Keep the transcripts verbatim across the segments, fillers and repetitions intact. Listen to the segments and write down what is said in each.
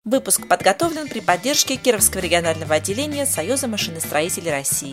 Выпуск подготовлен при поддержке Кировского регионального отделения Союза машиностроителей России.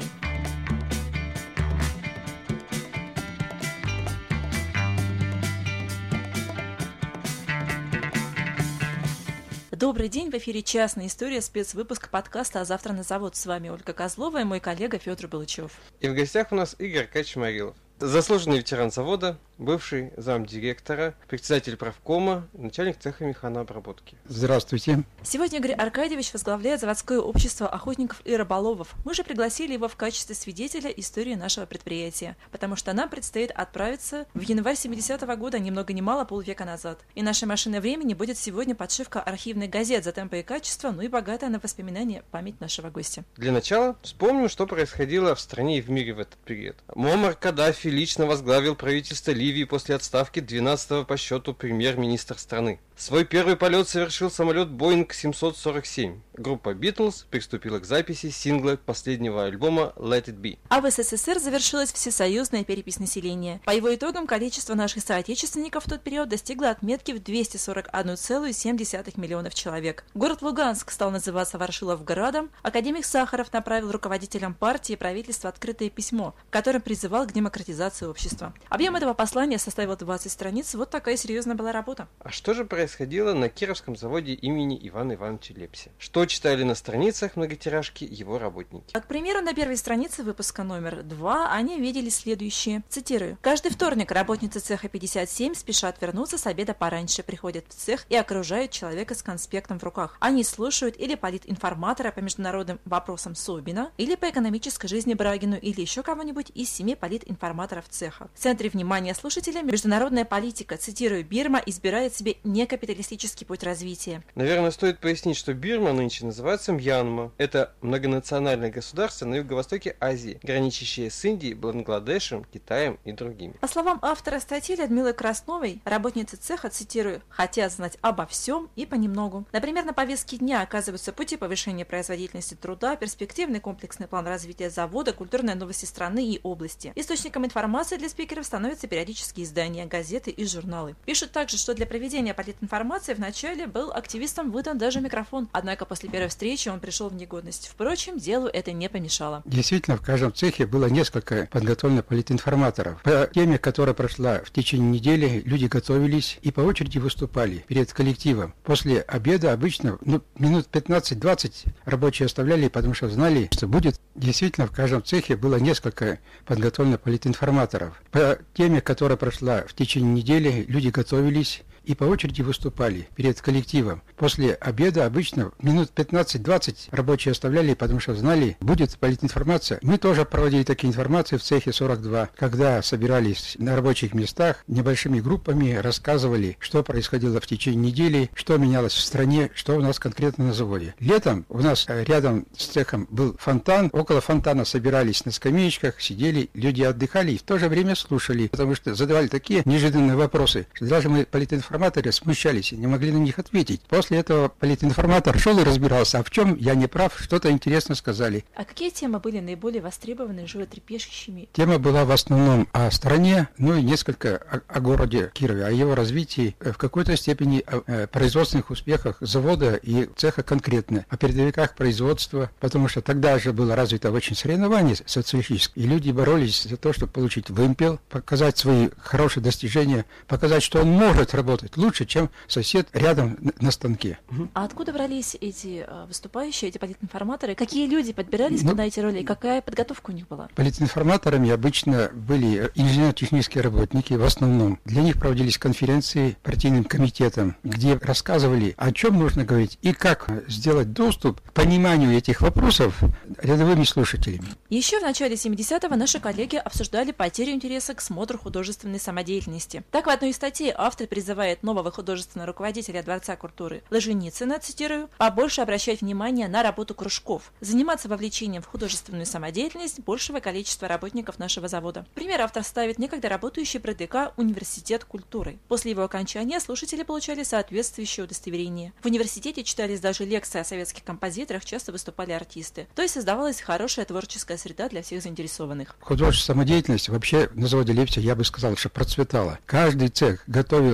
Добрый день, в эфире «Частная история», спецвыпуск подкаста «А завтра на завод». С вами Ольга Козлова и мой коллега Федор Балычев. И в гостях у нас Игорь Качмарилов, заслуженный ветеран завода, бывший замдиректора, председатель правкома, начальник цеха механообработки. Здравствуйте. Сегодня Игорь Аркадьевич возглавляет заводское общество охотников и рыболовов. Мы же пригласили его в качестве свидетеля истории нашего предприятия, потому что нам предстоит отправиться в январь семидесятого года, ни много ни мало, полвека назад. И нашей машиной времени будет сегодня подшивка архивных газет за темпы и качество, ну и богатая на воспоминания память нашего гостя. Для начала вспомним, что происходило в стране и в мире в этот период. Муаммар Каддафи лично возглавил правительство Ливии после отставки двенадцатого по счету премьер-министр страны. Свой первый полет совершил самолет Боинг семьсот сорок семь. Группа Beatles приступила к записи сингла последнего альбома Let It Be. А в СССР завершилась всесоюзная перепись населения. По его итогам количество наших соотечественников в тот период достигло отметки в двести сорок одна целая семь десятых миллионов человек. Город Луганск стал называться Ворошиловградом. Академик Сахаров направил руководителям партии и правительства открытое письмо, в котором призывал к демократизации общества. Объем этого послания составил двадцать страниц. Вот такая серьезная была работа. А что же происходило на Кировском заводе имени Ивана Ивановича Лепси? Что читали на страницах многотиражки его работники? А, к примеру, на первой странице выпуска номер два они видели следующее. Цитирую. «Каждый вторник работницы цеха пятьдесят семь спешат вернуться с обеда пораньше, приходят в цех и окружают человека с конспектом в руках. Они слушают или политинформатора по международным вопросам Собина, или по экономической жизни Брагину, или еще кого-нибудь из семи политинформаторов цеха. В центре внимания слушателя международная политика, цитирую, Бирма избирает себе некапиталистический путь развития». Наверное, стоит пояснить, что Бирма нынче называется Мьянма. Это многонациональное государство на юго-востоке Азии, граничащее с Индией, Бангладешем, Китаем и другими. По словам автора статьи Людмилы Красновой, работницы цеха, цитирую, хотят знать обо всем и понемногу. Например, на повестке дня оказываются пути повышения производительности труда, перспективный комплексный план развития завода, культурные новости страны и области. Источником информации для спикеров становятся периодические издания, газеты и журналы. Пишут также, что для проведения политинформации вначале был активистам выдан даже микрофон, однако после первой встречи он пришел в негодность. Впрочем, делу это не помешало. Действительно, в каждом цехе было несколько подготовленных политинформаторов. По теме, которая прошла в течение недели, люди готовились и по очереди выступали перед коллективом. После обеда обычно ну, минут пятнадцать-двадцать рабочие оставляли, потому что знали, что будет. Действительно, в каждом цехе было несколько подготовленных политинформаторов. По теме, которая прошла в течение недели, люди готовились и по очереди выступали перед коллективом. После обеда обычно минут пятнадцать-двадцать рабочие оставляли, потому что знали, будет политинформация. Мы тоже проводили такие информации в цехе сорок два, когда собирались на рабочих местах небольшими группами, рассказывали, что происходило в течение недели, что менялось в стране, что у нас конкретно на заводе. Летом у нас рядом с цехом был фонтан, около фонтана собирались на скамеечках, сидели, люди отдыхали и в то же время слушали, потому что задавали такие неожиданные вопросы, что даже мы политинформаторы смущались и не могли на них ответить. После этого политинформатор шел и разбирался, а в чем я не прав, что-то интересно сказали. А какие темы были наиболее востребованы животрепещущими? Тема была в основном о стране, ну и несколько о, о городе Кирове, о его развитии, в какой-то степени о, о производственных успехах завода и цеха конкретно, о передовиках производства, потому что тогда же было развито очень соревнование социалистическое, и люди боролись за то, чтобы получить вымпел, показать свои хорошие достижения, показать, что он может работать лучше, чем сосед рядом на станке. А откуда брались эти выступающие, эти политинформаторы? Какие люди подбирались ну, на эти роли и какая подготовка у них была? Политинформаторами обычно были инженерно-технические работники в основном. Для них проводились конференции партийным комитетом, где рассказывали, о чем нужно говорить и как сделать доступ к пониманию этих вопросов рядовыми слушателями. Еще в начале семидесятого наши коллеги обсуждали потерю интереса к смотру художественной самодеятельности. Так, в одной из статей автор призывает нового художественного руководителя Дворца культуры Ложеницына, цитирую, побольше обращать внимание на работу кружков, заниматься вовлечением в художественную самодеятельность большего количества работников нашего завода. Пример автор ставит некогда работающий при ДК Университет культуры. После его окончания слушатели получали соответствующее удостоверение. В университете читались даже лекции о советских композиторах, часто выступали артисты. То есть создавалась хорошая творческая среда для всех заинтересованных. Художественная самодеятельность вообще на заводе Лепси, я бы сказал, что процветала. Каждый цех готовил для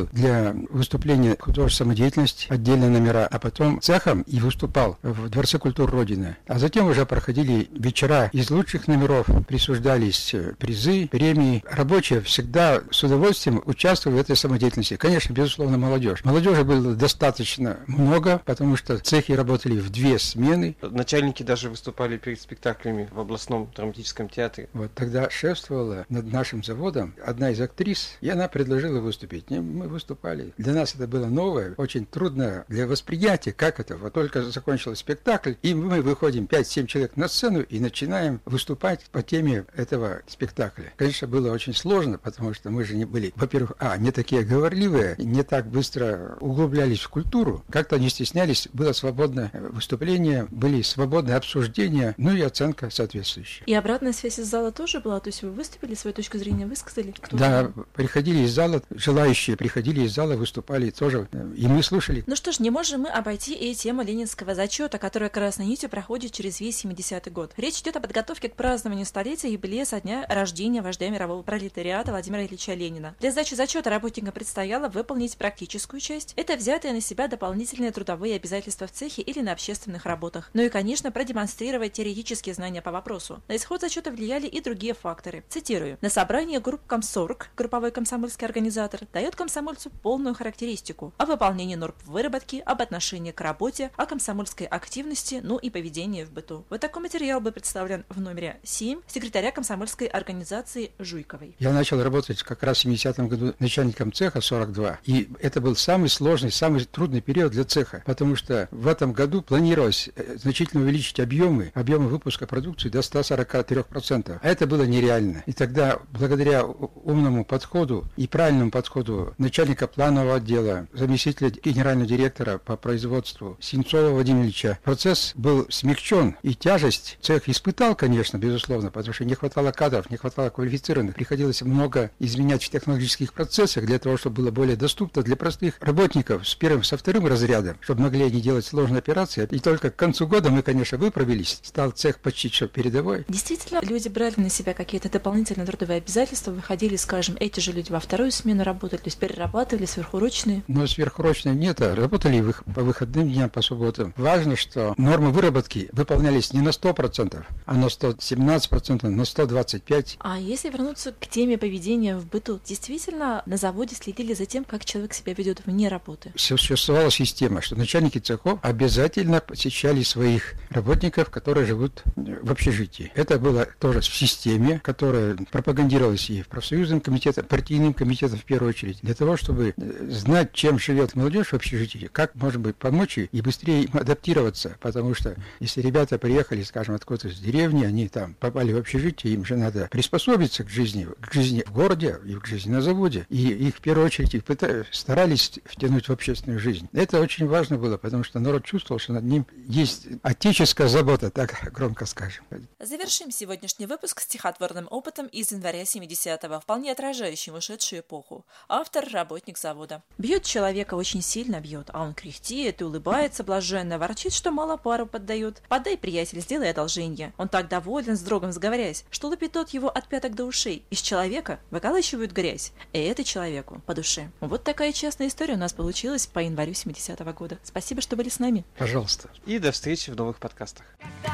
на выступление художественной самодеятельности, отдельные номера, а потом цехом и выступал в Дворце культуры Родины. А затем уже проходили вечера из лучших номеров, присуждались призы, премии. Рабочие всегда с удовольствием участвовали в этой самодеятельности. Конечно, безусловно, молодежь. Молодежи было достаточно много, потому что цехи работали в две смены. Начальники даже выступали перед спектаклями в областном драматическом театре. Вот тогда шефствовала над нашим заводом одна из актрис, и она предложила выступить. И мы выступали. Для нас это было новое, очень трудно для восприятия, как это. Вот только закончился спектакль, и мы выходим пять-семь человек на сцену и начинаем выступать по теме этого спектакля. Конечно, было очень сложно, потому что мы же не были, во-первых, а, не такие говорливые, не так быстро углублялись в культуру, как-то не стеснялись, было свободное выступление, были свободные обсуждения, ну и оценка соответствующая. И обратная связь из зала тоже была? То есть вы выступили, свою точку зрения высказали? Да, приходили из зала, желающие приходили из зала, выступали тоже, и мы слушали. Ну что ж, не можем мы обойти и тему ленинского зачета, которая красной нитью проходит через весь семидесятый год. Речь идет о подготовке к празднованию столетия юбилея со дня рождения вождя мирового пролетариата Владимира Ильича Ленина. Для сдачи зачета работникам предстояло выполнить практическую часть. Это взятые на себя дополнительные трудовые обязательства в цехе или на общественных работах. Ну и, конечно, продемонстрировать теоретические знания по вопросу. На исход зачета влияли и другие факторы. Цитирую. На собрании групп Комсорг, групповой комсомольский организатор, дает комсомольцу полную характеристику о выполнении норм выработки, об отношении к работе, о комсомольской активности, ну и поведении в быту. Вот такой материал был представлен в номере семь секретаря комсомольской организации Жуйковой. Я начал работать как раз в семидесятом году начальником цеха сорок два, и это был самый сложный, самый трудный период для цеха, потому что в этом году планировалось значительно увеличить объемы, объемы выпуска продукции до ста сорока трёх процентов, а это было нереально. И тогда, благодаря умному подходу и правильному подходу начальника планового отдела, заместителя генерального директора по производству Синцова Владимира Ильича, процесс был смягчен, и тяжесть цех испытал, конечно, безусловно, потому что не хватало кадров, не хватало квалифицированных, приходилось много изменять в технологических процессах для того, чтобы было более доступно для простых работников с первым, со вторым разрядом, чтобы могли они делать сложные операции. И только к концу года мы, конечно, выправились, стал цех почти что передовой. Действительно, люди брали на себя какие-то дополнительные трудовые обязательства, выходили, скажем, эти же люди во вторую смену работали, то есть перерабатывали сверхурочные. Но сверхурочные нет, а работали по выходным дням, по субботам. Важно, что нормы выработки выполнялись не на сто процентов, а на сто семнадцать процентов, на сто двадцать пять процентов. А если вернуться к теме поведения в быту, действительно на заводе следили за тем, как человек себя ведет вне работы? Существовала система, что начальники цехов обязательно посещали своих работников, которые живут в общежитии. Это было тоже в системе, которая пропагандировалась и в профсоюзном комитете, партийным комитетом в первую очередь, для того, чтобы знать, чем живет молодежь в общежитии, как, может быть, помочь ей и быстрее им адаптироваться, потому что если ребята приехали, скажем, откуда-то с деревни, они там попали в общежитие, им же надо приспособиться к жизни, к жизни в городе и к жизни на заводе, и их в первую очередь их пытались, старались втянуть в общественную жизнь. Это очень важно было, потому что народ чувствовал, что над ним есть отеческая забота, так громко скажем. Завершим сегодняшний выпуск стихотворным опытом из января семидесятого, вполне отражающим ушедшую эпоху. Автор – работник завода. Бьет человека очень сильно бьет, а он кряхтит и улыбается блаженно, ворчит, что мало пару поддает. Подай, приятель, сделай одолжение. Он так доволен, с другом сговорясь, что лупит тот его от пяток до ушей. Из человека выколачивают грязь, и это человеку по душе. Вот такая честная история у нас получилась по январю семидесятого года. Спасибо, что были с нами. Пожалуйста. И до встречи в новых подкастах.